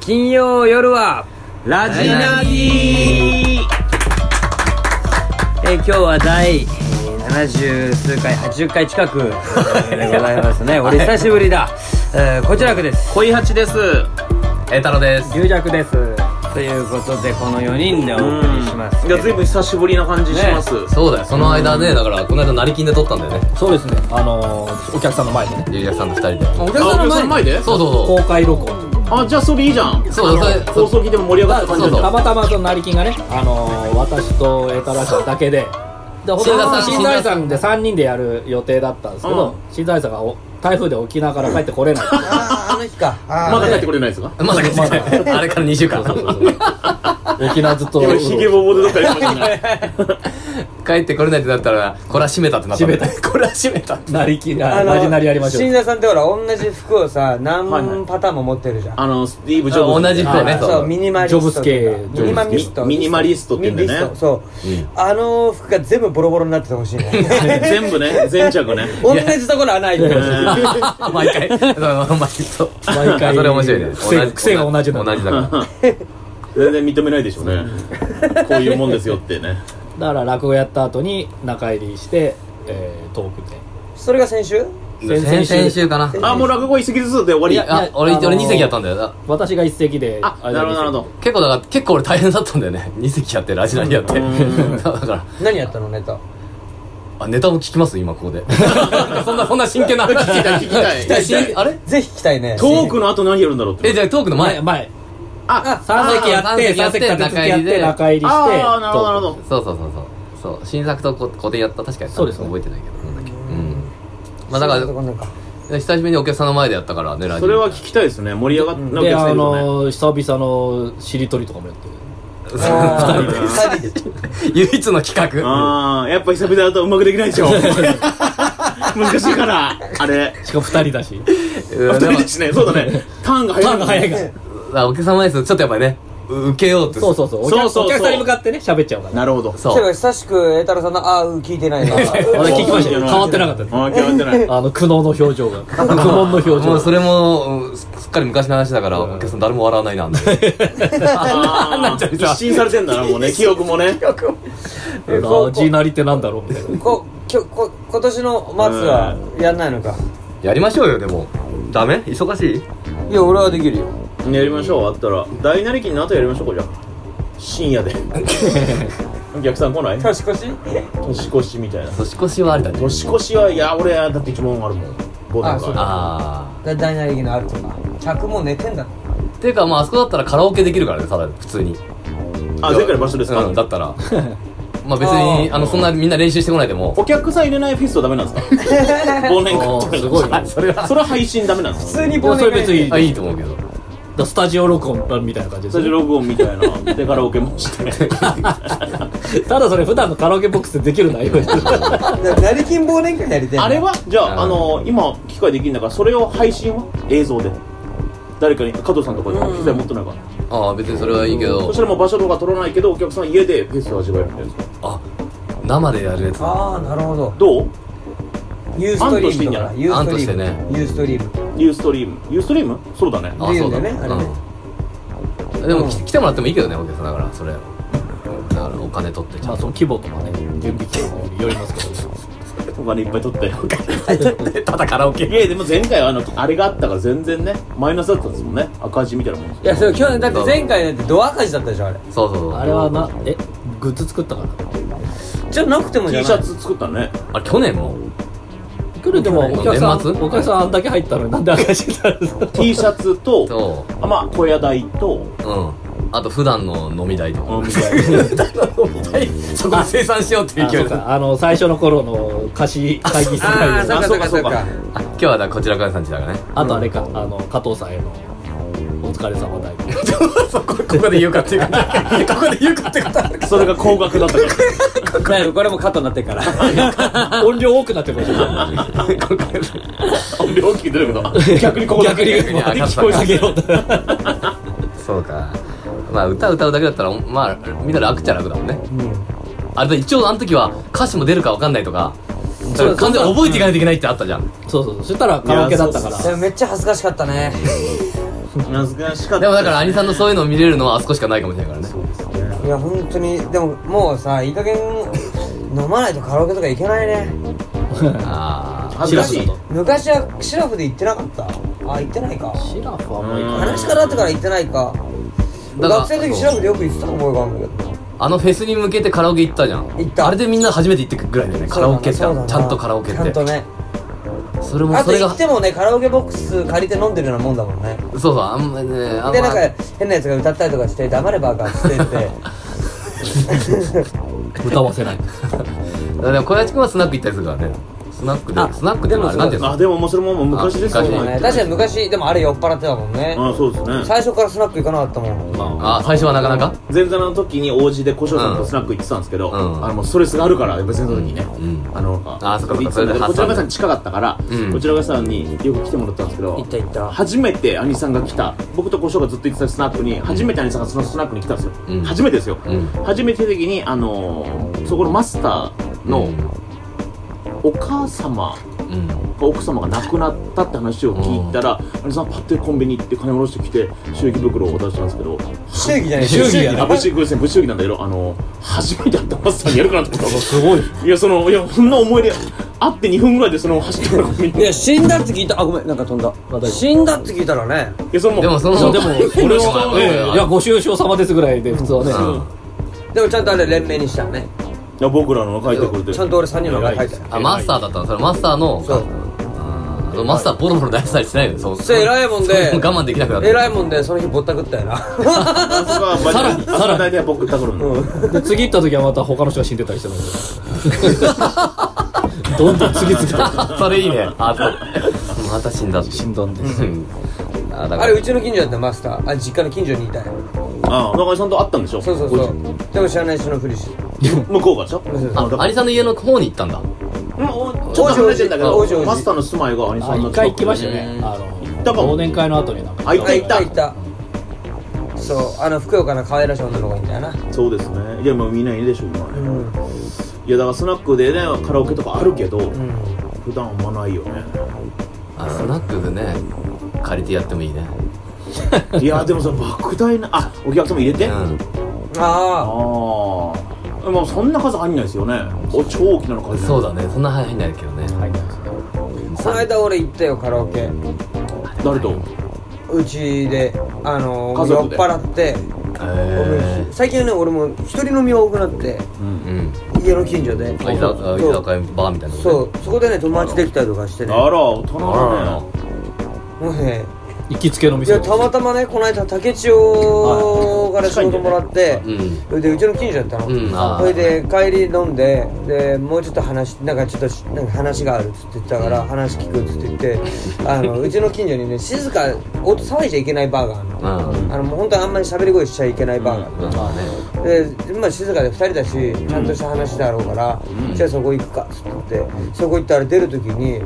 金曜夜はラジナギ今日は第70数回80回近くでございますね。俺久しぶりだ。こちらくです。 恋八です。 栄太郎です。 龍尺です。ということでこの4人でお送りします。 いや随分久しぶりな感じします、ね、 そうだよ。その間ね、だからこの間成金で撮ったんだよね。 そうですね。お客さんの前でね。 龍尺さんと2人で。 お客さんの前で？ そうそうそう。 公開録音。 あ、じゃあそれいいじゃん。 そうそれ放送聞いても盛り上がった感じだ。 たまたまその成金がね、私と栄太郎さんだけで本当に新財産で3人でやる予定だったんですけど、新財産が台風で沖縄から帰ってこれない。 あの日か。 まだ帰ってこれないですか？ まだ帰ってこれない。あれから2週間。 沖縄ずっと今ヒゲボボでどっか行きましたね。 帰ってこれないってなったら、これは閉めたってなった。 閉めた。 これは閉めた。 成金ラジナリやりましょう。 新座さんってほら同じ服をさ何パターンも持ってるじゃん。 スティーブ・ジョブズ同じ服をね。 そうミニマリスト。 ジョブス系。 ミニマリストって言うんだよね。 そう。服が全部ボロボロになっててほしいね。 全部ね、全着ね。 同じところ穴開いてほしい。 毎回。毎回。それ面白いね。 癖が同じだから。 全然認めないでしょうね。こういうもんですよってね。 だから落語やった後に中入りして、トークで。 それが先週？ 先週かな。 あ、もう落語一席ずつで終わり。 俺2席やったんだよ。 私が1席で。 あ、なるほど。 結構俺大変だったんだよね。2席やってラジナリやって。だから何やったのネタ？ ネタも聞きます今ここで。そんな真剣な。聞きたい。 あれ？ ぜひ聞きたいね。 トークの後何やるんだろうって。 じゃあトークの前。 3席やって3席立て続けやって中入りして。 ああ、なるほど。 そう新作と古典やった。確かにそうです覚えてないけどなんだっけ。まあだから久しぶりにお客さんの前でやったからねラジオ。 それは聞きたいですね。盛り上がったお客さんいるよね。 久々のしりとりとかもやってる。 2人で唯一の企画。 ああ、やっぱ久々だとうまくできないでしょ。難しいからあれ。 しかも2人だし。 2人ですね。そうだね。ターンが早いから。 お客様ですちょっとやっぱりね受けようって。 そうお客さんに向かってね喋っちゃうから。 なるほど。 そう久しく栄太郎さんの聞いてないな。 聞きましたよ。変わってなかったです。 変わってない。 苦悩の表情が苦悶の表情。 もうそれもすっかり昔の話だからお客さん誰も笑わないな。 一新されてんだなもうね。記憶もね。 ラジナリってなんだろうみたいな。 今年の末はやんないのか。 やりましょうよ。でもダメ？忙しい？ いや俺はできるよ。 やりましょう。あったら大なりきの後やりましょうか。じゃあ深夜でお客さん来ない？ 年越しみたいな。 年越しはありだね。 年越しはいや俺だって一問あるもん。5年間大なりきのあるとか客も寝てんだっていうかまああそこだったらカラオケできるからね。ただ普通に前回の場所ですか？ だったらまあ別にそんなみんな練習してこないでも。 お客さん入れないフェスはダメなんですか？忘年会とかすごいね。それは配信ダメなんですか？ 普通に忘年会。 それ別にいいと思うけど。 スタジオ録音みたいな感じです。 スタジオ録音みたいなでカラオケもしてただそれ普段のカラオケボックスでできる内容。 成金忘年会やりたい。 あれはじゃあ今機械できるんだからそれを配信は映像で誰かに加藤さんとかに機材持ってないから。 別にそれはいいけど。 そしたらもう場所とか取らないけどお客さん家でフェスを味わえるみたいな。 生でやるやつ。 なるほど。 どう？ ユーストリームとかアンとしてね。 ユーストリームそうだね。 そうだね。でも来てもらってもいいけどねお客さんだからそれだからお金取ってその規模とかね準備期間によりますけどお金いっぱい取ってただカラオケ。 いやでも前回はあれがあったから全然ねマイナスだったんですもんね。赤字みたいなもん。 いやそれ去年だって前回だってド赤字だったでしょあれ。 そうあれはグッズ作ったからじゃなくてもじゃない。 T シャツ作ったね。 去年も来るでもお客さんあんだけ入ったのになんで赤字になるの？ T シャツと小屋代とあと普段の飲み代とか飲み代そこで生産しようっていう勢いで最初の頃の貸し会議室そうか今日はこちらからさんちだからね。 あとあれか加藤さんへのお疲れ様代。 ここで言うかっていうかここで言うかってかそれが高額だったからこれもカットになってるから音量多くなってるかもしれない。 音量大きく出るけど逆にここだけ聞こえすぎよ。 そうか。まあ歌うだけだったらまあみんな楽っちゃ楽だもんね。あれ一応あの時は歌詞も出るか分かんないとか完全に覚えていかないといけないってあったじゃん。 そうそしたらカラオケだったから。 めっちゃ恥ずかしかったね。 懐かしかった。 でもだから兄さんのそういうのを見れるのはあそこしかないかもしれないからね。 そうですね。 いや本当にでももうさいい加減飲まないとカラオケとか行けないね。 あ恥ずかしい。 昔はシラフで行ってなかった。あ行ってないか。 シラフはもう行かない。 話からあってから行ってないか。 だから学生の時シラフでよく行ってた覚えがあるんだけど。 あのフェスに向けてカラオケ行ったじゃん。 行った。 あれでみんな初めて行ってくぐらいだよね。カラオケってちゃんとカラオケって。 ちゃんとね。 それもあとそれが行ってもねカラオケボックス借りて飲んでるようなもんだもんね。 そうそうあんまりねでなんか変なやつが歌ったりとかして黙れバカって言って歌わせない。 でも小林君はスナック行ったりするからね。スナックでスナックってのはなんていうの。 あでももうそれも昔ですよ昔ね。 確かに昔でもあれ酔っ払ってたもんね。 あそうですね。 最初からスナック行かなかったもん。 あ最初はなかなか。 前座の時に王子で小翔さんとスナック行ってたんですけど、もうストレスがあるから前座の時にね、 あそっかそっかこちらがさん近かったから、 うんこちらがさんによく来てもらったんですけど、 行った初めて兄さんが来た、僕と小翔がずっと行ってたスナックに初めて兄さんがそのスナックに来たんですよ、 うん初めてですよ、 うん初めての時にそこのマスターのお母様奥様が亡くなったって話を聞いたら、兄さんパッてコンビニ行って金下ろしてきて祝儀袋を渡したんですけど、 祝儀じゃない祝儀や物祝儀なんだけど、初めて会ったマスターにやるかなと思ったらすごい。 いやそんな思い出会って2分ぐらいでその走ってからコンビニいや死んだって聞いた。あごめんなんか飛んだ。死んだって聞いたらね。 いやそのでもそのでも俺はいやご愁傷様ですぐらいで普通はね。 でもちゃんとあれ連名にしたね。 いや僕らの書いてくれてちゃんと俺3人の名前書いてある。 あマスターだったの。それマスターのそうマスターボロボロ出したりしないの。そうそれ偉いもんで我慢できなくなって偉いもんでその日ぼったくったよな。 さらに大体僕ったくるので次行った時はまた他の人が死んでたりしてたどんどん次々 それいいね。あまた死んだって死んだんです。 だからあれうちの近所だったマスター。あ実家の近所にいたよ。 中井さんと会ったんでしょ。 そうでも知らない人のふりして向こうがでしょ。 兄さんの家の方に行ったんだ。 ちょっと離れてんだけどマスターの住まいが兄さんの一回行きましたよね。 たかも忘年会の後になんか行った行ったそう福岡の可愛らしい女の子がいいんだよな。 そうですね。いやもうみんないいでしょ今ね、いやだからスナックでねカラオケとかあるけど、普段あんまないよね。 スナックでね借りてやってもいいね。 いやでもさ莫大なお客様入れて、 あまあそんな数入んないですよね。超大きなの数そうだね。そんな入んないけどね。 この間俺行ったよカラオケ。 誰と？ うちで酔っ族で払って最近はね俺も一人飲みが多くなって家の近所で居酒屋バーみたいな。 そこでね友達できたりとかしてね。 あら大人だね。 もうね行きつけの店。 いやたまたまねこの間竹千代から仕事もらってでうちの近所だったの。それで帰り飲んでもうちょっと話があるっつって言ったから話聞くっつって言ってうちの近所にね静か音騒いじゃいけないバーがあるの。もう本当にあんまり喋り声しちゃいけないバーがあるでまあ静かで2人だしちゃんとした話だろうからじゃあそこ行くかっつって言ってそこ行ったら出る時に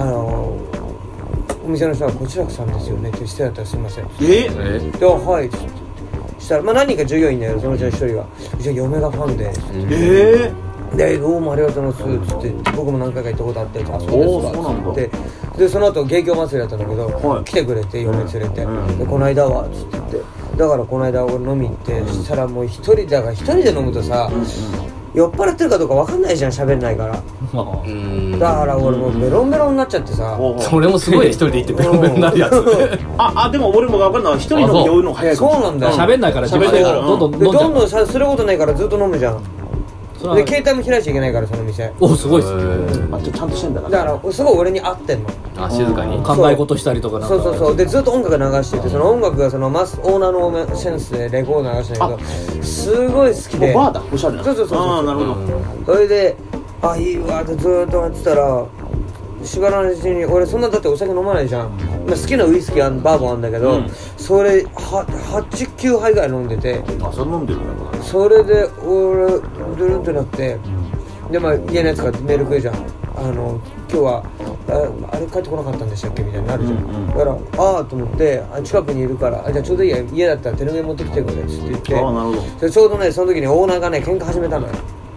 お店の人はこちらさんですよねってしてだったらすいませんではいっつってしたら何人か従業員だよそのうちの一人がうちの嫁がファンででどうもありがとうございますっつって僕も何回か行ったことあってあそうですかっつってでその後芸協祭りだったんだけど来てくれて嫁連れてでこの間はっつって言ってだからこの間俺飲み行ってそしたらもう一人で飲むとさ酔っ払ってるかどうか分かんないじゃん喋れないからだから俺もうベロンベロンになっちゃってさそれもすごい一人で行ってベロンベロンになるやつでも俺も分かるのは一人飲み酔うの早いかも。 そうなんだよ喋んないからどんどんすることないからずっと飲むじゃんで携帯も開いちゃいけないからその店すごいっすちゃんとしてんだだからすごい俺に合ってんの静かに考え事したりとかなんかそうでずっと音楽流しててその音楽がそのオーナーのセンスでレコード流してんだけどすごい好きでバーだおしゃれな。 そうなるほど。 それでいいわってずっとやってたらしばらくうちに俺そんなだってお酒飲まないじゃん好きなウイスキーバーボンあるんだけどそれ8、9杯ぐらい飲んでてそれ飲んでるね。 それで俺ドゥルンってなってで家のやつがメール来るじゃん今日はあれ帰ってこなかったんでしたっけみたいになるじゃんだからと思って近くにいるからじゃあちょうどいいや家だったら手拭い持ってきてくれっつって言ってなるほど。 ちょうどねその時にオーナーがね喧嘩始めたのよ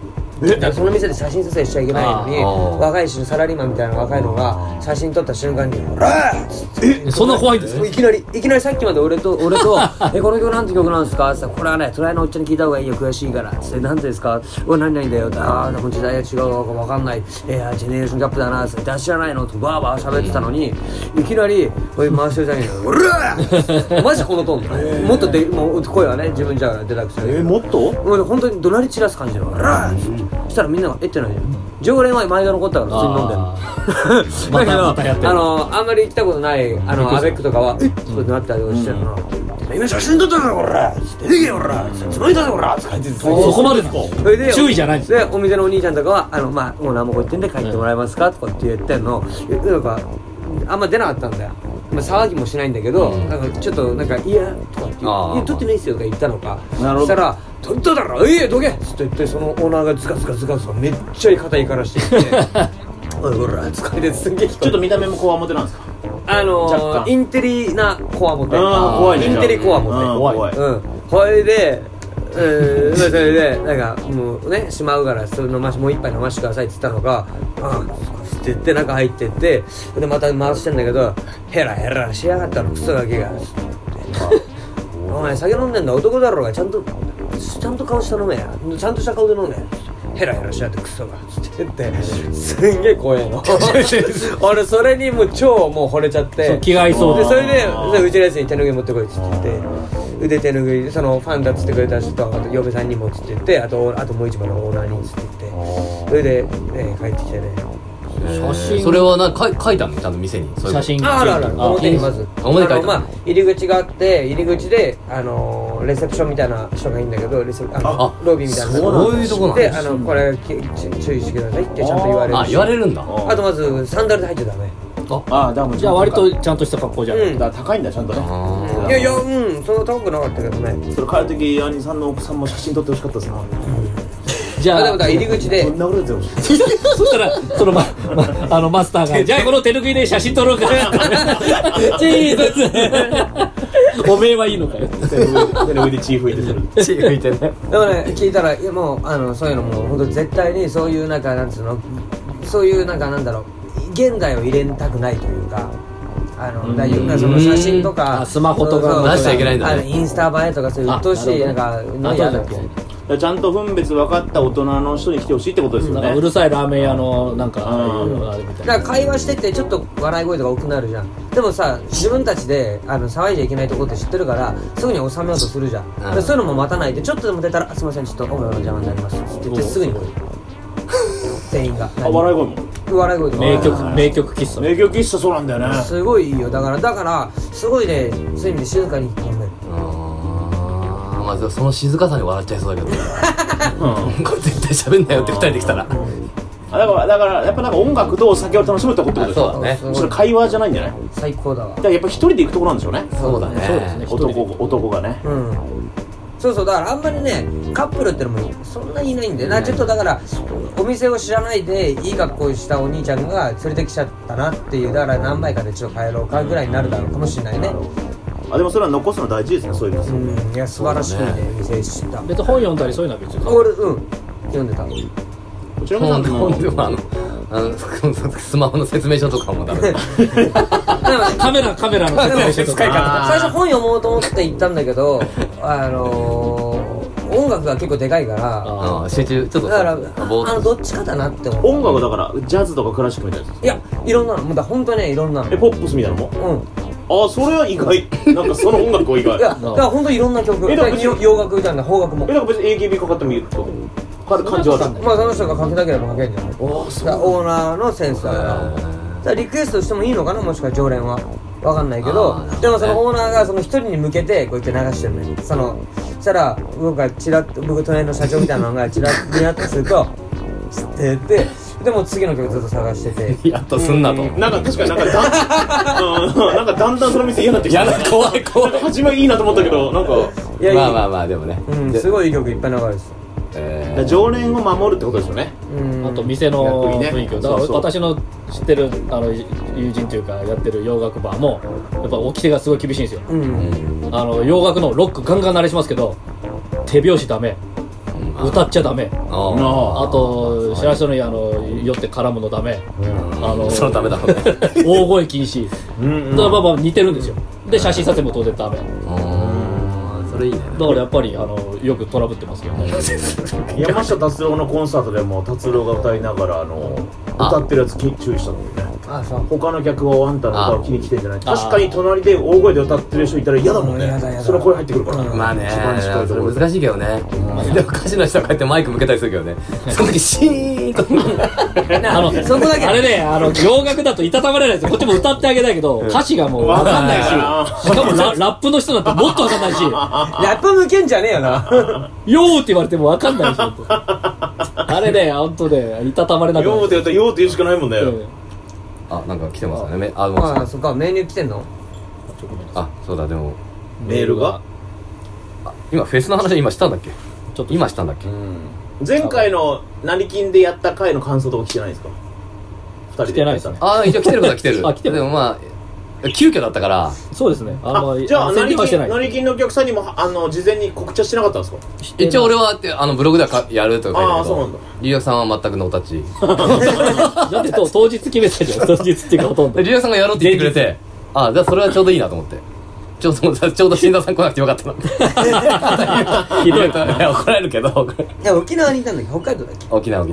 その店で写真撮影しちゃいけないのに若いサラリーマンみたいな若いのが写真撮った瞬間に「ほら!」 そんな怖いんですね。 いきなりさっきまで俺とこの曲なんて曲なんですか?」って言ったら「これはね隣のおっちゃんに聞いた方がいいよ悔しいから」って「なんてですか?」「何々だよ」ああ時代が違うか分かんないジェネレーションギャップだなって知らないのってバーバー喋ってたのにいきなりこういう回してるじゃないの「おら!」マジこのトーンだもっともう声はね自分じゃ出たくてもっともう本当に怒鳴り散らす感じの「おら!」そしたらみんなが「えってないじゃん」常連は前が残ったから普通に飲んでるだけどあんまり行ったことないアベックとかは「えっ?」ってなったりしてるの今写真撮ったぞこら出てけよこらつまりだぞこらって書いてるそこまでですか注意じゃないんですでお店のお兄ちゃんとかはもう何もこう言ってんで帰ってもらえますかとかって言ってんのなんかあんま出なかったんだよ騒ぎもしないんだけどなんかちょっとなんか「いや」とかって「いや撮ってないっすよ」とか言ったのかそしたら「撮っただろいいよどけ!」っつって言ってそのオーナーがズカズカめっちゃ肩いからしていって「おいこら」疲れてすんげえちょっと見た目もこわもてなんですかインテリなコアモテ怖いねインテリコアモテ怖いこれでそれでなんかもうねしまうからそれもう一杯飲ましてくださいって言ったのが「ああ」って言って中入ってってでまた回してんだけどヘラヘラしやがったのクソガキがお前酒飲んでんだ男だろうがちゃんと顔して飲めやちゃんとした顔で飲めヘラヘラしやってクソがって言ってすんげえ怖えの俺それにもう超もう惚れちゃって気が合いそうでそれでうちのやつに手拭い持ってこいっつって言って腕手拭いそのファンだっつってくれた人とあと嫁さんにもっつって言ってあともう一番のオーナーにっつって言ってそれで、帰ってきてね写真それは書いたのちゃんと店に写真ある表にまず表書いた入り口があって入り口でレセプションみたいな人がいいんだけどロビーみたいなそういうとこなんでこれ注意してくださいってちゃんと言われるし言われるんだあとまずサンダルで入っちゃダメじゃあ割とちゃんとした格好じゃないだから高いんだちゃんとねいやそんな高くなかったけどねそれ帰る時兄さんの奥さんも写真撮ってほしかったですなじゃあでも入り口でそんなことでそしたらそのマスターがじゃあこの手拭いで写真撮ろうかチーズおめえはいいのかよ手拭いで血拭いてそれ血拭いてねでもね聞いたらいやもうそういうのも本当絶対にそういうなんかなんつうのそういうなんかなんだろう現代を入れたくないというか大丈夫その写真とかスマホとか出しちゃいけないんだねインスタ映えとかそういう鬱陶しいなんかの嫌だっけちゃんと分別分かった大人の人に来てほしいってことですよねうるさいラーメン屋のなんかあれみたいなだから会話しててちょっと笑い声とか多くなるじゃんでもさ自分たちで騒いじゃいけないとこって知ってるからすぐに収めようとするじゃん、そういうのも待たないでちょっとでも出たら「すいませんちょっと音楽の邪魔になります」って言ってすぐに来る店員が笑い声も笑い声とか名曲喫茶名曲喫茶そうなんだよねすごいいいよだからすごいねそういう意味で静かに飲めるまあその静かさに笑っちゃいそうだけどこれ絶対喋んなよって2人で来たらだからやっぱなんか音楽とお酒を楽しむってことですかそうだねそれ会話じゃないんじゃない最高だわだからやっぱ一人で行くところなんでしょうねそうだねそうですね男がねそうだからあんまりねカップルってのもそんなにいないんだよなちょっとだからお店を知らないでいい格好したお兄ちゃんが連れてきちゃったなっていうだから何枚かでちょっと帰ろうかぐらいになるだろうかもしれないねでもそれは残すの大事ですねそういうのいや素晴らしいね店知った別に本読んだりそういうのは別に俺読んでたこちらもさんのスマホの説明書とかもダメカメラの説明書とか最初本読もうと思って行ったんだけど音楽が結構でかいから集中ちょっとだからどっちかだなって思う音楽だからジャズとかクラシックみたいなやついやいろんなのもうだ本当ねいろんなのポップスみたいなのもそれは意外なんかその音楽は意外いやだから本当いろんな曲洋楽みたいな邦楽もだから別に AKB かかってもいいってこと感じはあるまあその人がかけたければかけるんじゃないオーナーのセンスだからリクエストしてもいいのかなもしくは常連は分かんないけどでもそのオーナーがその一人に向けてこうやって流してるねそしたら僕隣の社長みたいなのがチラッになってするとつって言ってでも次の曲ずっと探しててやっとすんなとなんか確かになんかだんだんその店嫌になってきた怖い初めはいいなと思ったけどなんかまあでもねすごいいい曲いっぱい流れてた常連を守るってことですよねあと店の雰囲気をだから私の知ってる友人というかやってる洋楽バーもやっぱ掟がすごい厳しいんですよ洋楽のロックガンガン鳴らしますけど手拍子ダメ歌っちゃダメ。 ああと白石の酔って絡むのダメ。 それダメだろうね。 大声禁止。だからまあ似てるんですよ。で写真撮影も当然ダメ。 それいいね。 だからやっぱりよくトラブってますけどね。 山下達郎のコンサートでも達郎が歌いながら歌ってるやつ注意したのよね。他の客はあんたの歌を気に来てんじゃない。確かに隣で大声で歌ってる人いたら嫌だもんね。その声入ってくるから。 まあね、それ難しいけどね。でも歌手の人はこうやってマイク向けたりするけどね。その時シーンとそこだけあれね、洋楽だといたたまれないですよ。こっちも歌ってあげたいけど歌詞がもう分かんないし、しかもラップの人なんてもっと分かんないし、 ラップ向けんじゃねえよな。 よーって言われても分かんないし、あれね、ほんとね、いたたまれなくなる。 よーって言ったらよーって言うしかないもんね。 なんか来てますね。 そっか、メニュー来てんの？ そうだ、でもメールが今フェスの話今したんだっけ？ちょっと今したんだっけ？ 前回の成金でやった回の感想とか来てないんですか？2人で来てないですね。 一応来てることは来てる。 来てる。 でもまあ急遽だったから。 そうですね。 じゃあ成金のお客さんにも事前に告知はしてなかったんですか？ 一応俺はブログではやるとか書いてるけど、龍薬さんは全くノータッチ。 だって当日決めたじゃん。当日っていうかほとんど。 龍薬さんがやろうって言ってくれて、じゃあそれはちょうどいいなと思って。ちょうど新田さん来なくてよかったな。ひどいと怒られるけど。 いや、沖縄にいたんだっけ？北海道だっけ？ 沖縄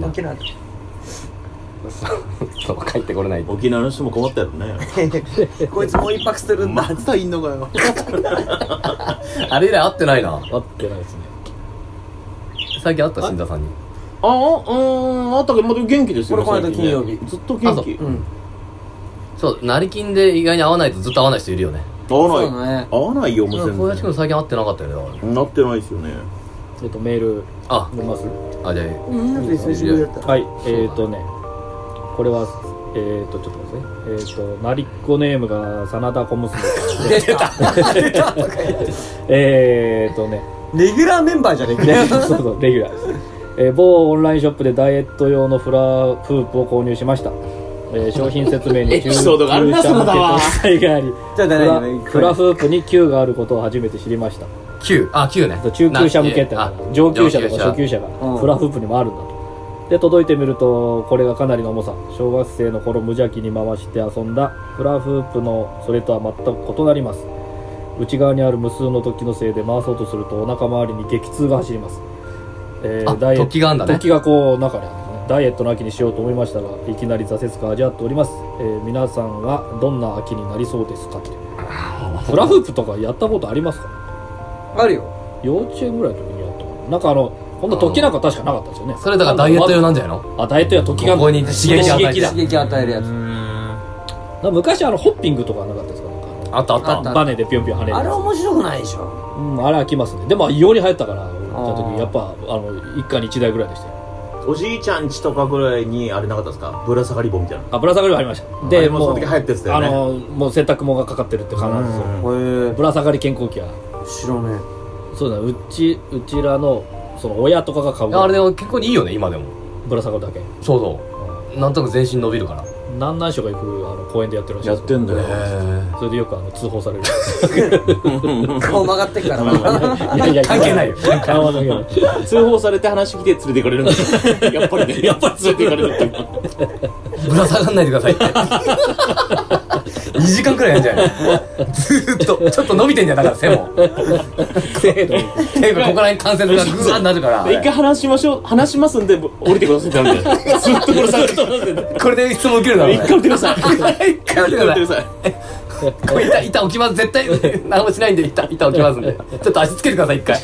そう帰ってこれない。 沖縄の人も困ったよね。 こいつもう一泊するんだ。 またいんのかよ。 あれ以来会ってないな。 会ってないですね。 最近会った新田さんに。 あったけど、まだ元気ですよね。 この間金曜日ずっと元気。 そう、成金で意外に会わないとずっと会わない人いるよね。 会わないよ、もう全然。 小林君最近会ってなかったよね。 なってないですよね。 メール見ます？ じゃあ久しぶりだった。 はい、これはちょっと待ってね。なりっこネームが真田小娘さんで。 出たとか言って。 レギュラーメンバーじゃねえか。 そうレギュラーです。某オンラインショップでダイエット用のフラフープを購入しました。商品説明にエピソードがあるな、そうだわ。 記載があり、フラフープに9があることを初めて知りました。 9ね。 中級者向けって上級者とか初級者がフラフープにもあるんだと。で届いてみると、これがかなりの重さ。小学生の頃無邪気に回して遊んだフラフープのそれとは全く異なります。内側にある無数の突起のせいで回そうとするとお腹周りに激痛が走ります。 突起があるんだね。 突起がこう中にあるんですね。ダイエットの秋にしようと思いましたが、いきなり挫折感を味わっております。皆さんはどんな秋になりそうですかって。フラフープとかやったことありますか？ あるよ。 幼稚園ぐらいの時にやったかな。なんかこんな突起なんか確かなかったですよね。 それだからダイエット用なんじゃないの？ ダイエットや突起がここに刺激与えるやつ。 昔ホッピングとかなかったですか？ あったバネでピョンピョン跳ねる。 あれ面白くないでしょ。 あれ飽きますね。でも異様に流行ったから、行った時やっぱ一家に一台ぐらいでしたよ。 おじいちゃん家とかぐらいにあれなかったですか？ぶら下がり棒みたいな。 ぶら下がり棒ありました。 でもうその時流行ったやつだよね。 もう洗濯物がかかってるって感じですよ。ぶら下がり健康器は知らねえ。そうだ、うちらのその親とかが買う。 あれでも結構いいよね、今でも。 ぶら下がるだけ。 そうなんとなく全身伸びるから。 何所か行く公園でやってるらしい。 やってんだよ。 それでよく通報される。 顔曲がってっからな。 いや関係ないよ。 顔は関係ない。 通報されて話来て連れて行かれるんですよ。やっぱりね。やっぱり連れて行かれるって。 ぶら下がんないでくださいって。2時間くらいやんじゃないずーっとちょっと伸びてんじゃん、だから背も手がここら辺関節がグワーッなるから一回話しますんで降りてくださいってなるんでずっとこれさこれで質問受けるだろうね。 一回降りてください。 一回降りてください。これ板置きます。絶対何もしないんで板置きますんでちょっと足つけてください一回。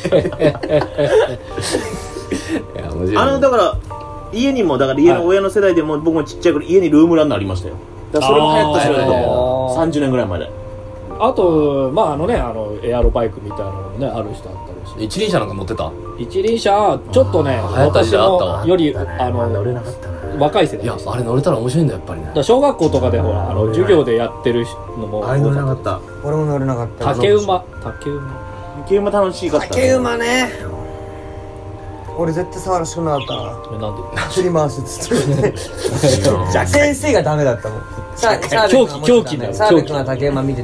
いや面白い。 だから家にも家の親の世代でも僕もちっちゃい頃家にルームランナーありましたよ。だからそれも流行ったしだと思う。30年ぐらい前で。 あとエアロバイクみたいなのもねある人あったりし。 一輪車なんか乗ってた？ 一輪車ちょっとね、私のより乗れなかったな。 若い世代。 いやあれ乗れたら面白いんだやっぱりね。 小学校とかでほら授業でやってるのも。 あれ乗れなかった。 俺も乗れなかった。 竹馬楽しかった。 竹馬ね。俺絶対触らしくなかった。 なんで？ 振り回すっつって先生がダメだったもん。 狂気だよ。 澤部君が竹馬見てて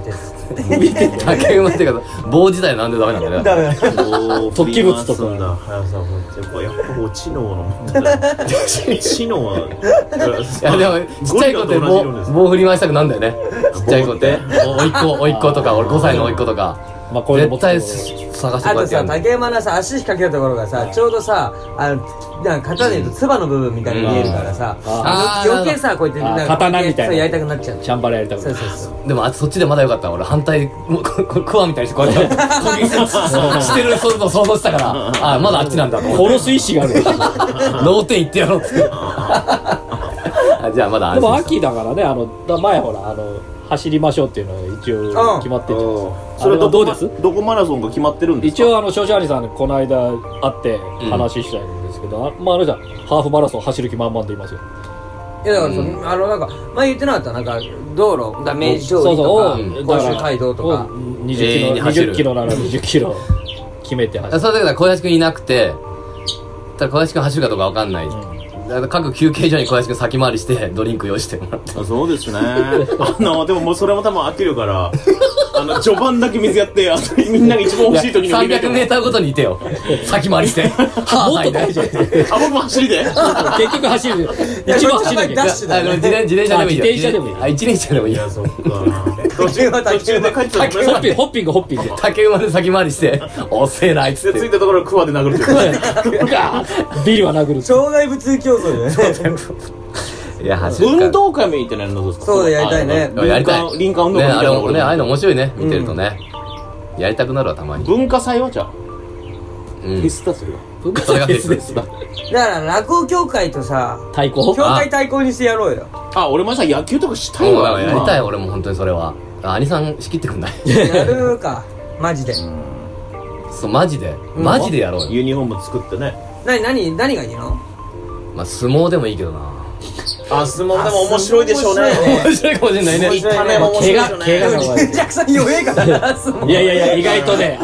見て竹馬っていうか棒自体なんでダメなんだよね。 ダメだ。 突起物とか速さもやっぱ知能の問題だ。知能は。 いやでもちっちゃい子って棒振り回したくなんだよね。ちっちゃい子って甥っ子とか俺5歳の甥っ子とか。まあこれ絶対探してあとさ竹馬のさ足引っ掛けるところがさちょうどさなんか型で言うとつばの部分みたいに見えるからさ余計さこうやってなんか刀みたいなやりたくなっちゃう。 チャンバラやりたくなる。 そうでもそっちでまだよかった。俺反対クワみたいにしてこうやって攻撃してる想像したからまだあっちなんだと思って殺す意志がある。 脳天いってやろうってじゃあまだ安心した。 でも秋だからね前ほら走りましょうっていうのが一応決まってるじゃないですか。それはどうです？ どこマラソンが決まってるんですか？ 一応ショーシャーニさんこの間会って話したんですけど、まああれじゃんハーフマラソン走る気満々でいますよ。 いやだからなんか前言ってなかったなんか道路が明治通りとか甲州街道とか 20キロなら20キロ決めて走る。 それだから小林くんいなくてただ小林くん走るかどうか分かんない。だから各休憩所に小林くん先回りしてドリンク用意してもらって。 そうですね。でももうそれも多分飽きるから序盤だけ水やってみんなが一番欲しい時に 300メーターごとにいてよ。先回りしてもっと大事。 僕も走りで結局走る一番走るだけ。 自転車でもいいよ。 自転車でもいい。 一輪車でもいいよ。 そっか途中で帰ってたらホッピング竹馬で先回りして遅えなあいつって着いたところクワで殴るってビルは殴る。 障害物競争でね。 いや走る運動会みたいなのどうですか？ そうだやりたいね。 やりたい。 林間運動会みたいなのねああいうの面白いね見てるとね。やりたくなるわたまに。 文化祭はじゃあフェスだそれは。 文化祭がフェスです。 だから落語協会とさ対抗協会対抗にしてやろうよ。 俺もさ野球とかしたいわ。 やりたい俺も本当にそれは。兄さん仕切ってくんない？ やるかマジで。 そうマジでやろうよ。 ユニフォーム作ってね。 何がいいの？ まあ相撲でもいいけどな。 相撲でも面白いでしょうね。 面白いかもしれないね。 見た目も面白いでしょうね。 怪我がジャクさん弱えからな。 いや意外とね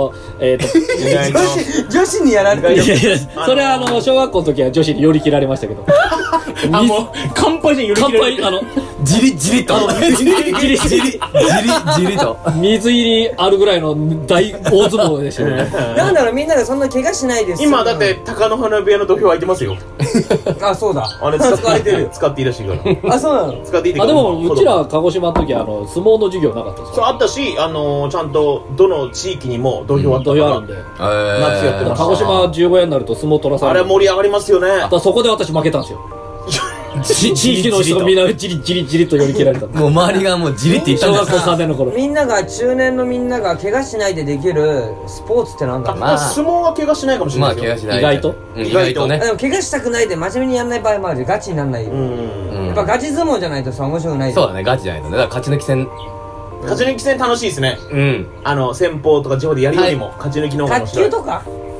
女子にやられてる。 いやそれは小学校の時は女子に寄り切られましたけど。 もう乾杯で寄り切られる。 じりとじりと水入りあるぐらいの大相撲でしたね。 なんだろうみんながそんな怪我しないですよ。 今だって貴乃花部屋の土俵空いてますよ。 あそうだ。 あれ使っていいらしいから。 あそうなの。 使っていいってでもうちら鹿児島の時は相撲の授業なかったですか？ そうあったしちゃんとどの地域にも土俵あったから。 あるんで夏やってました。 鹿児島15夜になると相撲取らされる。 あれ盛り上がりますよね。 そこで私負けたんですよ。地域の人がみんなじりと寄り切られた。 もう周りがもうじりって言ったんです小学校3年の頃。 みんなが中年のみんなが怪我しないでできるスポーツってなんだろう。 相撲は怪我しないかもしれないですよ。 怪我しない。 意外とね。 でも怪我したくないで真面目にやんない場合もある。ガチになんない。やっぱガチ相撲じゃないとさ面白くない。 そうだねガチじゃないとね。だから勝ち抜き戦楽しいですね。先鋒とか地方でやるよりも勝ち抜きの方が面白い。 卓球とか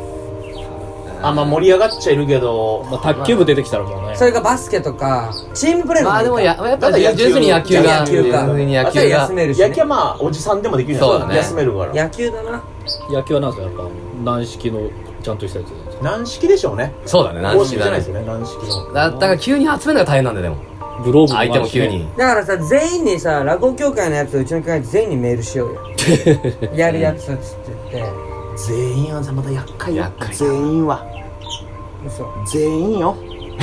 盛り上がっちゃいるけど卓球部出てきたらもうね。 それがバスケとかチームプレーのでもやっぱり純粋に野球が休めるし。 野球はおじさんでもできるじゃないですか。休めるから。 野球だな。 野球はなんですかやっぱ軟式のちゃんとしたやつですか？ 軟式でしょうね。 そうだね軟式じゃないですよね軟式の。 だから急に集めるのが大変なんだよ。でもグローブ相手も急に。 だからさ全員にさ落語協会のやつうちの協会全員にメールしようよ。やるやつっつって言って。 全員はまた厄介全員は全員よ。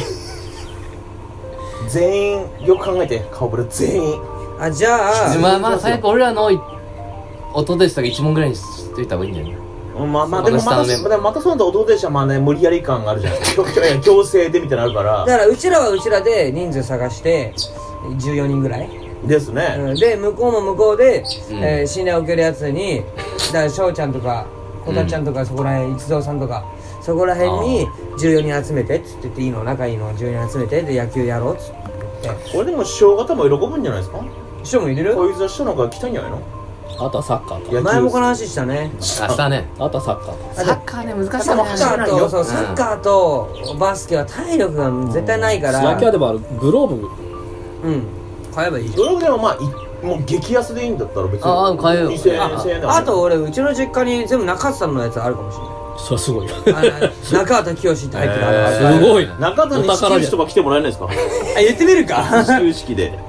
全員よく考えて顔ぶれ全員。 じゃあまあ最悪俺らの音でしたが1問ぐらいにしといた方がいいんだよね。 でもまたそうな弟でしたら無理やり感があるじゃないですか。強制でみたいなのあるから。 だからうちらはうちらで人数探して14人ぐらいですね。 で向こうも向こうで信頼を受けるやつにだから翔ちゃんとか小田ちゃんとかそこら辺一蔵さんとかそこら辺に14人集めてっつって言っていいの仲いいの14人集めてで野球やろうっつって。 これでも師匠方も喜ぶんじゃないですか？ 師匠も入れる？ こいつは師匠なんか来たんじゃないの？ あとはサッカーか。 前もこの話したね。 したね。 あとはサッカーか。 サッカーね難しいね。 サッカーとバスケは体力が絶対ないから。 野球はでもグローブ買えばいい。 グローブでももう激安でいいんだったら別に買えよ。 2000円あと俺うちの実家に全部中畑さんのやつあるかもしれない。 それすごいよ。 中畑清って入ってるすごい。 中畑に始球式とか来てもらえないですか？ 言ってみるか。 始球式で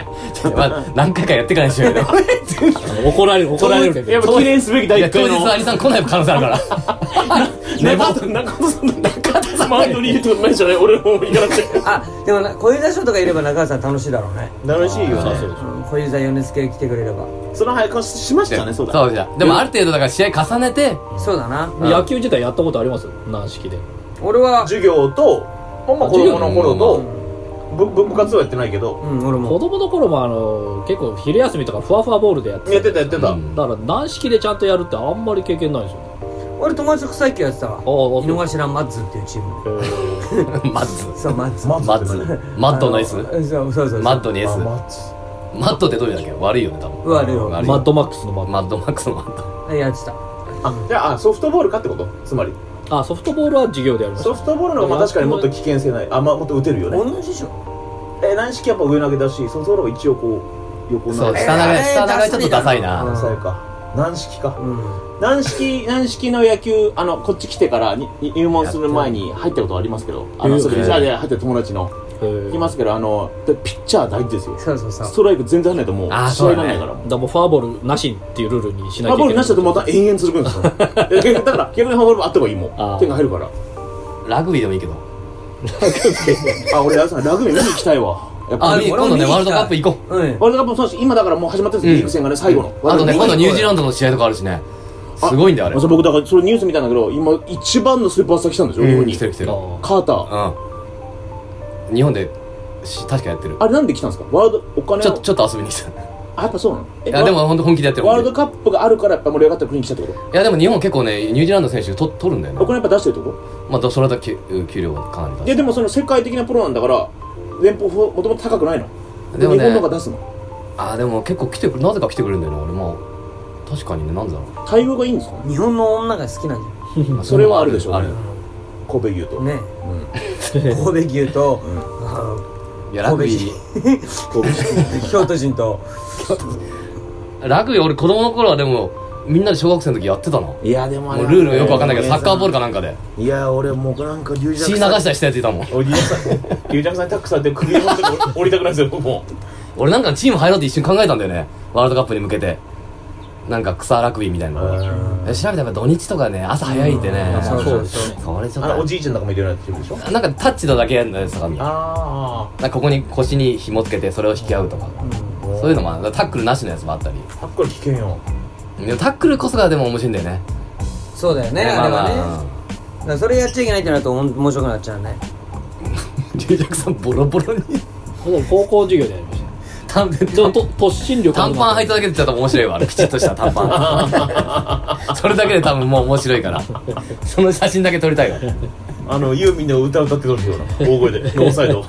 まあ何回かやってからにしようよ怒られるやっぱ記念すべき第1 当回の日アリさん来ない可能性あるから中田さんマウンドにいるってことないじゃない俺も行かなくてあでも小遊三賞とかいれば中川さん楽しいだろうね。 楽しいよね小遊三米津系来てくれれば。 その早くしましたね。そうだそうじゃでもある程度だから試合重ねてそうだな。 野球自体やったことあります軟式で。 俺は授業と子供の頃と部活はやってないけど俺も子供の頃も結構昼休みとかふわふわボールでやってやってただから軟式でちゃんとやるってあんまり経験ないですよね。 俺友達と草野球やってたわ。井の頭マッズっていうチーム。 マッズそうマッズマッドの S そうマッドに S マッドってどういうだっけ悪いよね多分悪いよマッドマックスのマッドマッドマックスのマッドやってた。 じゃあソフトボールかってことつまりソフトボールは授業でやりました。 ソフトボールの方が確かにもっと危険性ないもっと打てるよね。 同じでしょ。 軟式やっぱ上投げだしソフトボールは一応こう横投げ下投げちょっとダサいなダサいか軟式か軟式の野球こっち来てから入門する前に入ったことありますけどそれで入った友達の聞きますけどピッチャー大事ですよ。 そうストライク全然入らないともう試合にならないから。 だからもうフォアボールなしっていうルールにしなきゃいけない。 フォアボールなしだとまた延々続くんですよだから逆にフォアボールもあった方がいいもん手が入るからラグビーでもいいけど俺ラグビー見に行きたいわ。 今度ねワールドカップ行こう。 ワールドカップもそうだし今だからもう始まってるんですリーグ戦がね最後の。 あとね今度ニュージーランドの試合とかあるしねすごいんだよあれ。 僕だからそれニュース見たんだけど今一番のスーパースター来たんでしょ日本に。 来てるカーター日本で確かやってる。 あれなんで来たんですかお金をちょっと遊びに来た。 やっぱそうなの。 いやでも本当本気でやってる。 ワールドカップがあるからやっぱ盛り上がった国に来たってこと。 いやでも日本結構ねニュージーランド選手取るんだよね。 お金やっぱ出してるってこと。 まあそれだけ給料がかなり出して。 でもその世界的なプロなんだから年俸もともと高くないの。でも日本の方が出すの。 でも結構なぜか来てくれるんだよね俺も。確かにねなんだろう。 待遇がいいんですか。 日本の女が好きなんじゃんそれはあるでしょう。 ある。 神戸牛とね神戸牛といやラグビー京都人とラグビー俺子供の頃はでもみんなで小学生の時やってたの。 いやでもルールよくわかんないけどサッカーボールかなんかでいや俺もうなんか龍血流したりしたやついたもん。 龍尺さんにタックされて首を持って降りたくないですよもう。 俺なんかチーム入ろうって一瞬考えたんだよねワールドカップに向けて。なんか草ラグビーみたいなの調べたら土日とかね朝早いってね。 そうそれちょっとおじいちゃんとかもいるようなチームでしょ。 なんかタッチのだけやるんだよ坂見。 あなんかここに腰に紐つけてそれを引き合うとかそういうのもある。タックルなしのやつもあったり。 タックル危険よ。 でもタックルこそがでも面白いんだよね。 そうだよねあれはね。だからそれやっちゃいけないってなると面白くなっちゃうね。 龍尺さんボロボロに高校授業でやりました。突進力短パン履いただけでちょっと面白いわあれきちっとした短パンそれだけで多分もう面白いからその写真だけ撮りたいわ。 ユーミンの歌歌ってくるような大声でノーサイド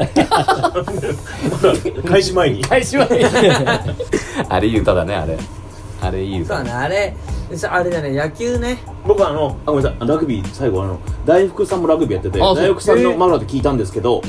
開始前にあれいい歌だねあれいい歌。 そうだねあれだね野球ね。 僕ごめんなさいラグビー最後大福さんもラグビーやってて大福さんのマグナで聞いたんですけど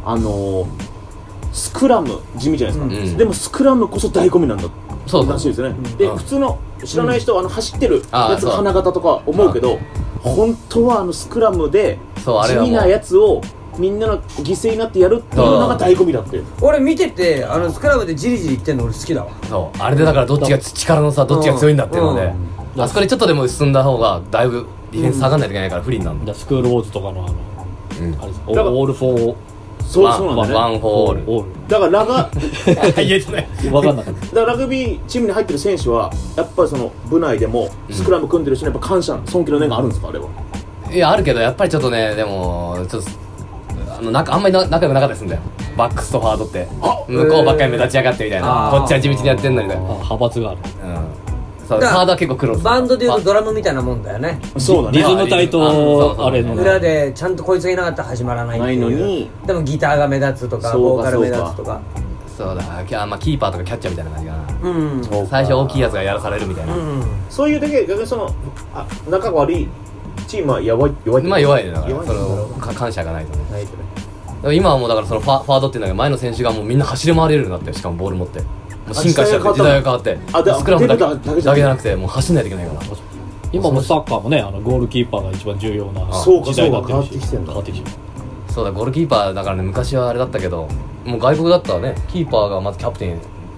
スクラム地味じゃないですか、でもスクラムこそ醍醐味なんだらしいですよね。で普通の知らない人は走ってるやつ花形とか思うけど本当はスクラムで地味なやつをみんなの犠牲になってやるっていうのが醍醐味だって。 俺見ててスクラムでジリジリいってんの俺好きだわ。 そうあれでだからどっちが力の差どっちが強いんだっていうのであそこでちょっとでも進んだ方がだいぶディフェンス下がんないといけないから不利になるんだ。 スクールウォーズとかのあれですオールフォーそうなんだね。 ワンフォールだから言えてない分かんなかった。 だからラグビーチームに入ってる選手はやっぱりその部内でもスクラム組んでる人にやっぱ感謝尊敬の念があるんですかあれは。 いやあるけどやっぱりちょっとねでもちょっとあんまり仲良くなかったりするんだよバックスとフォワードって向こうばっかり目立ちやがってみたいなこっちは地道にやってんのにね派閥がある。 そうフォワードは結構苦労する。 バンドでいうとドラムみたいなもんだよね。 そうだね。 リズム隊とあれの裏でちゃんとこいつがいなかったら始まらないっていうないのにでもギターが目立つとかボーカル目立つとかそうだキーパーとかキャッチャーみたいな感じかな。最初大きいやつがやらされるみたいな。 そういうだけ逆に仲が悪いチームは弱いまあ弱いねだからその感謝がないとね。今はもうだからそのフォワードっていうのが前の選手がもうみんな走り回れるようになってしかもボール持ってもう進化しちゃって時代が変わってスクラムだけじゃなくてもう走んないといけないから。 今もサッカーもねゴールキーパーが一番重要な時代になってるし変わってきてる。 そうだゴールキーパーだからね昔はあれだったけどもう外国だったらねキーパーがまずキャプテン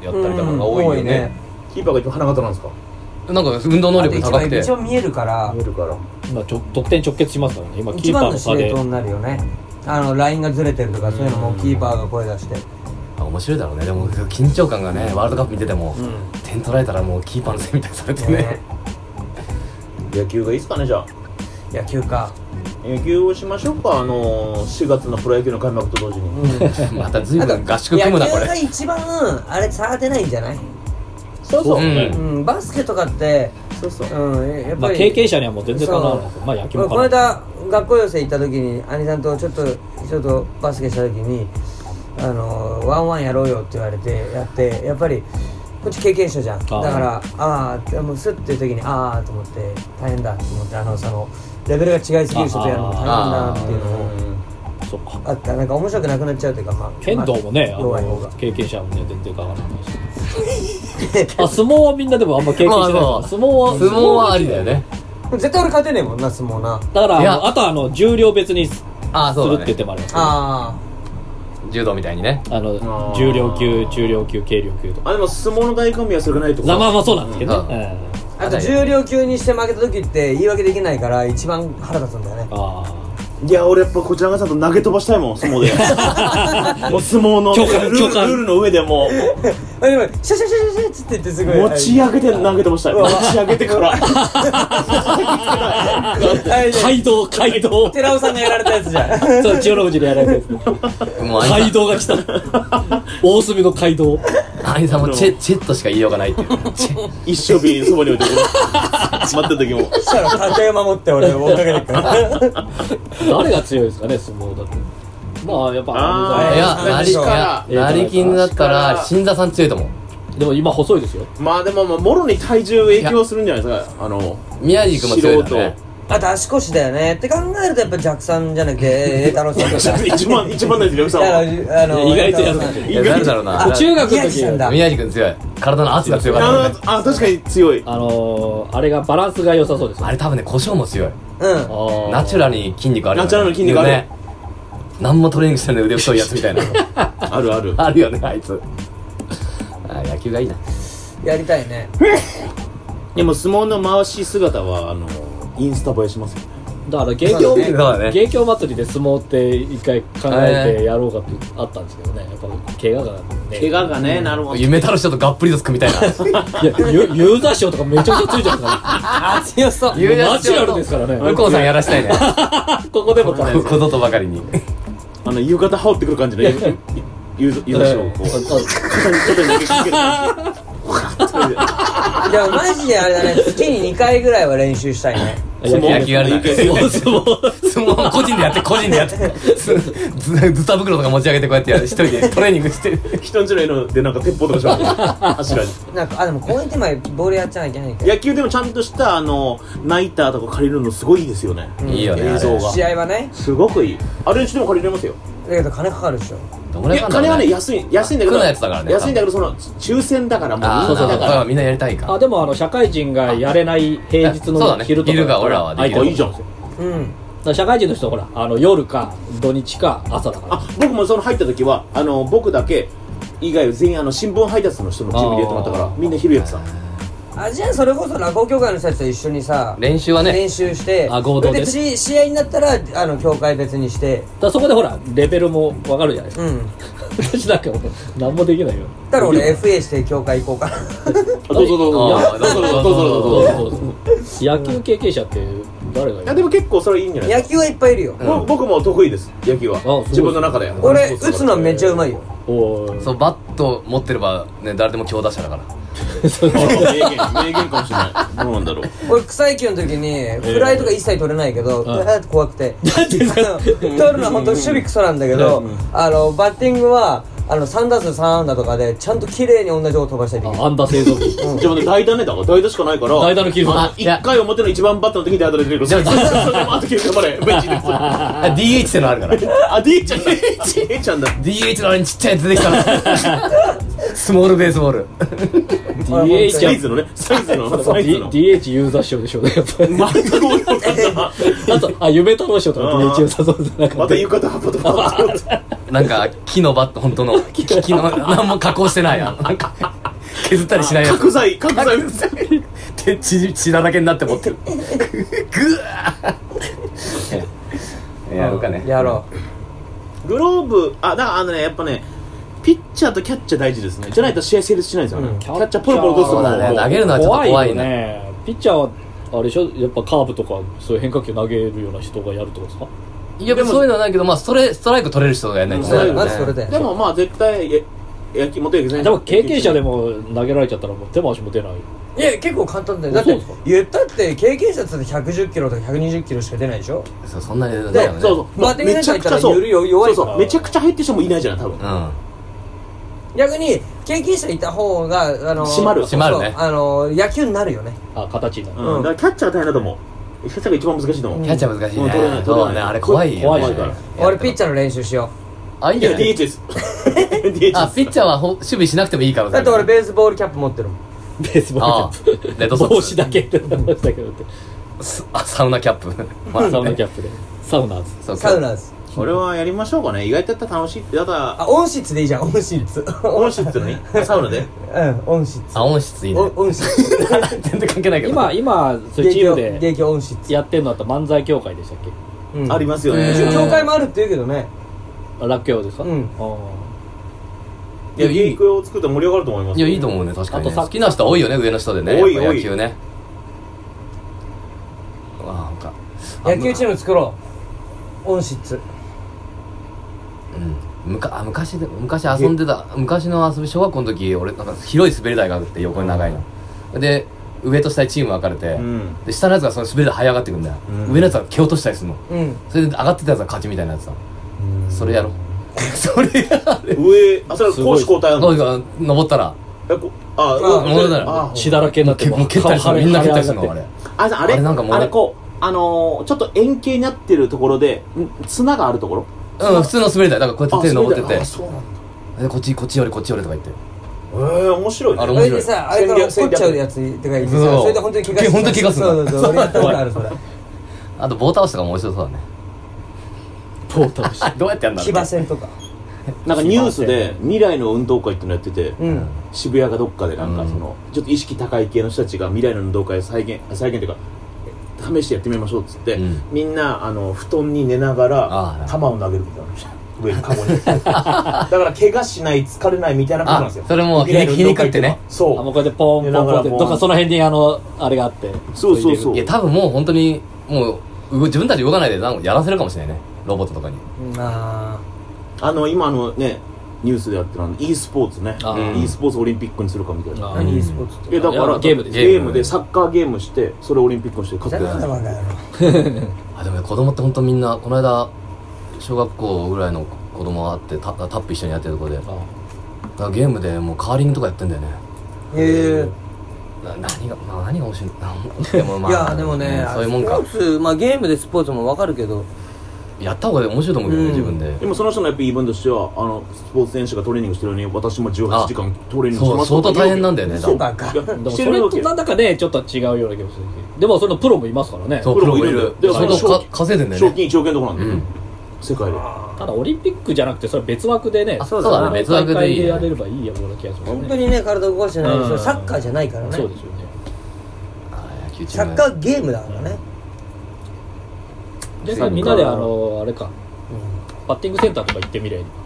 やったりとかが多いよね。 キーパーが一番花形なんですか？ なんか運動能力高くて一番見えるから、 まあ得点直結しますからね。今キーパーの司令塔になるよね。ラインがずれてるとかそういうのもキーパーが声出して。 面白いだろうね。でも緊張感がね、ワールドカップ見てても、点取られたらもうキーパーのせいみたいにされてね。 野球がいいっすかね、じゃあ。 野球か。 野球をしましょうか。4月のプロ野球の開幕と同時に。 また随分合宿組むなこれ。 野球が一番あれ差が出ないんじゃない？ そうそう。 バスケとかってそうそう。 やっぱり経験者にはもう全然かなわないですよ。まあ野球もこの間学校寄せ行った時に兄さんとちょっとバスケした時にワンワンやろうよって言われてやって、やっぱりこっち経験者じゃん。だからもうスッていう時にと思って大変だと思って、そのレベルが違いすぎる人とやるのも大変だなっていうのをあった。なんか面白くなくなっちゃうというか、まあ剣道もね、 弱い方が経験者もね全然変わらないし相撲はみんなでもあんま経験してないから、相撲はありだよね。 絶対俺勝てねえもんな、相撲な。 だからあと重量別にするって言ってもあります。 柔道みたいにね、 重量級、中量級、軽量級とか。 でも相撲の大神はそれがないとか。 まあそうなんですけどね。 あと重量級にして負けた時って言い訳できないから一番腹立つんだよね。 いや俺やっぱこちらがさんと投げ飛ばしたいもん、相撲で。もう相撲のルールの上でもでもシャシャシャシャシャって言ってすごい持ち上げて投げ飛ばしたい。持ち上げてから街道寺尾さんがやられたやつじゃん。 そう、千代の富士でやられたやつ。街道が来た。大隅の街道。 兄さんもチェットしか言いようがないっていう。 一生瓶そばに置いて待ってる時もそしたら竹山持って俺追っかけてくから誰が強いですかね、相撲だって。まあやっぱ成金だったら新座さん強いと思う。 でも今細いですよ。 まあでももろに体重影響するんじゃないですか。 宮地君も強いからね。 あと足腰だよねって考えるとやっぱ弱さんじゃなくて栄太郎さんとか一番ですよ、さんは意外とやる誰だろうな。 中学の時宮地君強い。体の圧が強かった。 確かに強い。 あれがバランスが良さそうです。 あれ多分ね、胡椒も強い。ナチュラルに筋肉ある。 ナチュラルに筋肉あるね。 何もトレーニングしてない腕太いやつみたいな。 あるよね、あいつ。野球がいいな。 やりたいね。 でも相撲の回し姿はインスタ映えしますよね。 だから芸協祭りで相撲って一回考えてやろうかってあったんですけどね。やっぱ怪我がね、なるほど。 夢太郎師匠とがっぷりとつくみたいな。いやユーザー賞とかめちゃくちゃついてるから強そう。 ナチュラルですからね。 向こうさんやらしたいね。 ここでもこととばかりに浴衣羽織ってくる感じのユーザー賞をこう肩に投げかける感じ。 でもマジであれだね、月に2回ぐらいは練習したいね。 野球やるな。相撲個人でやってズタ袋とか持ち上げてこうやって一人でトレーニングして人んちの絵のでなんか鉄砲とかします柱になんかでも公園って今ボールやっちゃいけないけど、 野球でもちゃんとしたナイターとか借りるのすごいいいですよね。 いいよね、 映像が。 試合はねすごくいい。あれうちでも借りれますよ。 だけど金かかるでしょ。 いや金はね安いんだけど、 安いんだけどその抽選だからもうそうだからみんなやりたいか。 でも社会人がやれない平日の昼とか昼が俺らはできる。 いいじゃん。 社会人の人はほら夜か土日か朝だから。 僕もその入った時は僕だけ以外は全員新聞配達の人のチームに入れてもらったからみんな昼やってた。 じゃあそれこそ落語協会の人たちと一緒にさ練習して合同で試合になったら協会別にしてだそこでほらレベルも分かるじゃないですか。私なんか何もできないよ。 だから俺 FA して協会行こうかな。 どうぞ。 野球経験者って誰がいる？ いやでも結構それいいんじゃないですか。 野球はいっぱいいるよ。 僕も得意です、野球は。自分の中で俺打つのめっちゃうまいよ。 そうバット持ってればね誰でも強打者だから。 名言かもしれない。どうなんだろう。 俺草野球の時にフライとか一切取れないけど怖くて取るのは本当守備クソなんだけどバッティングは3打数3安打とかでちゃんと綺麗に同じとこ飛ばしたりできる。 安打製造機。 じゃあ代打ね、だから代打しかないから代打の切る 1回表の一番バットの時に代打で出る。じゃああと9回までベンチで DH ってのあるから。 DH ちゃんだ。 DH のあれにちっちゃいやつ出てきたらスモールベースボール DH サイズのねサイズの DH ユーザー賞でしょうねやっぱり全く分かったあと夢太郎賞とか DH ユーザー賞じゃなくてまた浴衣葉っぱとかなんか木のバット本当の木の何も加工してないなんか削ったりしないやつ角材で血だらけになって持ってるグワーやるかねやろグローブだからねやっぱねピッチャーとキャッチャー大事ですねじゃないと試合成立しないんですよね、キャッチャーポロポロ落とすとそうだね投げるのはちょっと怖いねピッチャーはあれでしょやっぱカーブとかそういう変化球投げるような人がやるってことですかいやそういうのはないけど、まあ、ストライク取れる人がやらないとね、 まずそれででもまあ絶対元野球でも経験者でも投げられちゃったらもう手も足も出ないいや結構簡単だよだって言ったって経験者って110キロとか120キロしか出ないでしょそんなに出ないでよねそうバッティングセンター行ったら弱いからめちゃくちゃ入ってる人もいないじゃん多分逆に経験者いた方が締まるね野球になるよね形になる、 だからキャッチャーが大変だと思うキャッチャーが一番難しいと思うキャッチャー難しいね取れないそうねあれ怖いよ怖いね俺ピッチャーの練習しよいいんじゃない DH です DH あピッチャーは守備しなくてもいいからうだって俺ベースボールキャップ持ってるもんベースボールキャップレッドソックス帽子だけって帽子だけだってサウナキャップサウナキャップでサウナーズサウナーズこれはやりましょうかね意外とやったら楽しいってただ温室でいいじゃん温室温室のにサウナで温室温室いいね温室全然関係ないけど今そういうチームで芸協温室やってんのだったら漫才協会でしたっけ、 ありますよね協会もあるって言うけどねラッキョですかいやいい句を作ったら盛り上がると思いますいやいいと思うね確かにねあと好きな人多いよね上の人でね多いやっぱ野球ねなんか野球チーム作ろう温室昔遊んでた昔の遊び小学校の時俺なんか広い滑り台があって横に長いので上と下にチーム分かれて、で下のやつがその滑り台這い上がってくんだよ、上のやつが蹴落としたりするの、それで上がってたやつが勝ちみたいなやつさ、それやろそれやれ上それは攻守交代登ったら戻ったら血だらけになってもう蹴ったりするみんな蹴ったりするのあれなんかもうあれこうちょっと円形になってるところで綱があるところ普通の滑り台だからこうやって手で登っててそうなんだでこっちよりとか言って面白いねそれでさあれから怒っちゃうやつとか言ってさそれで本当に怪我するそう俺やったことあるそれあと棒倒しとかも面白そうだね棒倒しどうやってやんだろう騎馬戦とかなんかニュースで未来の運動会っていうのやってて渋谷かどっかでなんかそのちょっと意識高い系の人たちが未来の運動会を再現っていうか試してやってみましょうっつってみんな布団に寝ながら球を投げるみたいな上にカゴにだから怪我しない疲れないみたいなことなんですよそれも皮肉ってねそうもうこうやってポンポンポンってどっかその辺にあれがあってそういや多分もう本当にもう自分たち動かないでやらせるかもしれないねロボットとかに今ねニュースでやってるe スポーツね e スポーツオリンピックにするかみたいな何 e スポーツってだからゲームでサッカーゲームしてそれオリンピックにして勝ってなんだバカ野郎でも子供って本当みんなこの間小学校ぐらいの子供があってタップ一緒にやってるところでゲームでもうカーリングとかやってんだよね何が面白いでもいやでもねそういうもんかゲームでスポーツも分かるけどやった方が面白いと思うけどね自分ででもその人のやっぱ言い分としてはスポーツ選手がトレーニングしてるのに私も18時間トレーニングします相当大変なんだよねそうかでもそれとなんだかねちょっと違うような気がするでもそのプロもいますからねそうプロもいる相当稼いでんだよね賞金1億円とかなんだよ世界でただオリンピックじゃなくてそれ別枠でねそうだね別枠でいいやれればいいような気がする本当にね体動かしてないサッカーじゃないからねそうですよねサッカーゲームだからねでさみんなであれかバッティングセンターとか行ってみれば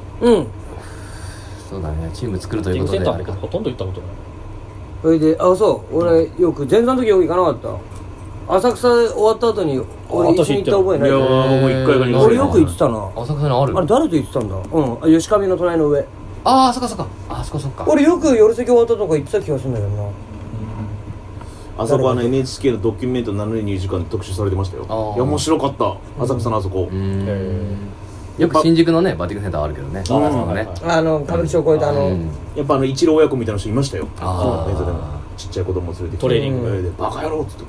そうだねチーム作るということでバッティングセンター僕ほとんど行ったことないそれでそう俺よく前座の時よく行かなかった浅草終わった後に俺一緒に行った覚えないもう1回か2回俺よく行ってたな浅草にあるあれ誰と行ってたんだ吉上の隣の上そっか俺よく夜席終わったとこ行ってた気がするんだけどなあそこはNHK のドキュメント722時間で特集されてましたよいや面白かった浅草のあそこよく新宿のねバッティングセンターあるけどね歌舞伎町を越えたやっぱ一郎親子みたいな人いましたよちっちゃい子供連れてトレーニングでバカ野郎っつってこ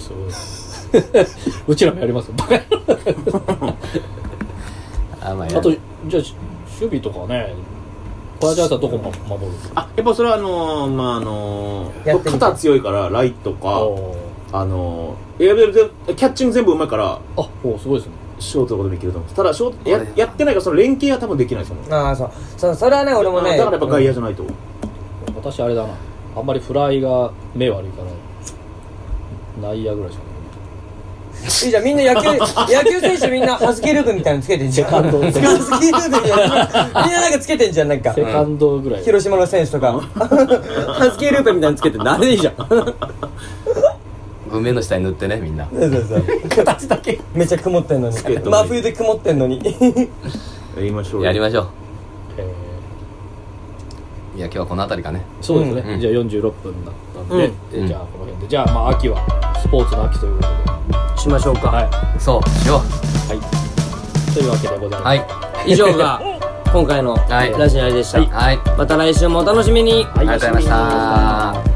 ううちらもやりますよバカ野郎あとじゃあ守備とかねフワちゃんさんどこ守る？ やっぱそれは僕肩強いからライトかキャッチング全部うまいからすごいですね。 ショートとかでもいけると思う。ただショートやってないからその連携は多分できないですもん。 それはね俺もねだからやっぱ外野じゃないと、 私あれだな、あんまりフライが目悪いから内野ぐらいしかない。 いいじゃん、みんな野球選手みんなハスキーループみたいなのつけてんじゃん。ハスキーループみたいなみんななんかつけてんじゃん。なんかセカンドぐらい、 広島の選手とかハスキーループみたいなのつけてんのあれでいいじゃん。 目の下に塗ってねみんな。 そう形だけめっちゃ曇ってんのに、真冬で曇ってんのにやりましょう。 いや今日はこの辺りかね。 そうですね、じゃあ46分だったんで、じゃあこの辺で、じゃあ秋はスポーツの秋ということでしましょうか。 はい、 そうしよう。 はい、というわけでございます。 はい、 以上が今回のラジナリでした。 はい、 また来週もお楽しみに。 ありがとうございました。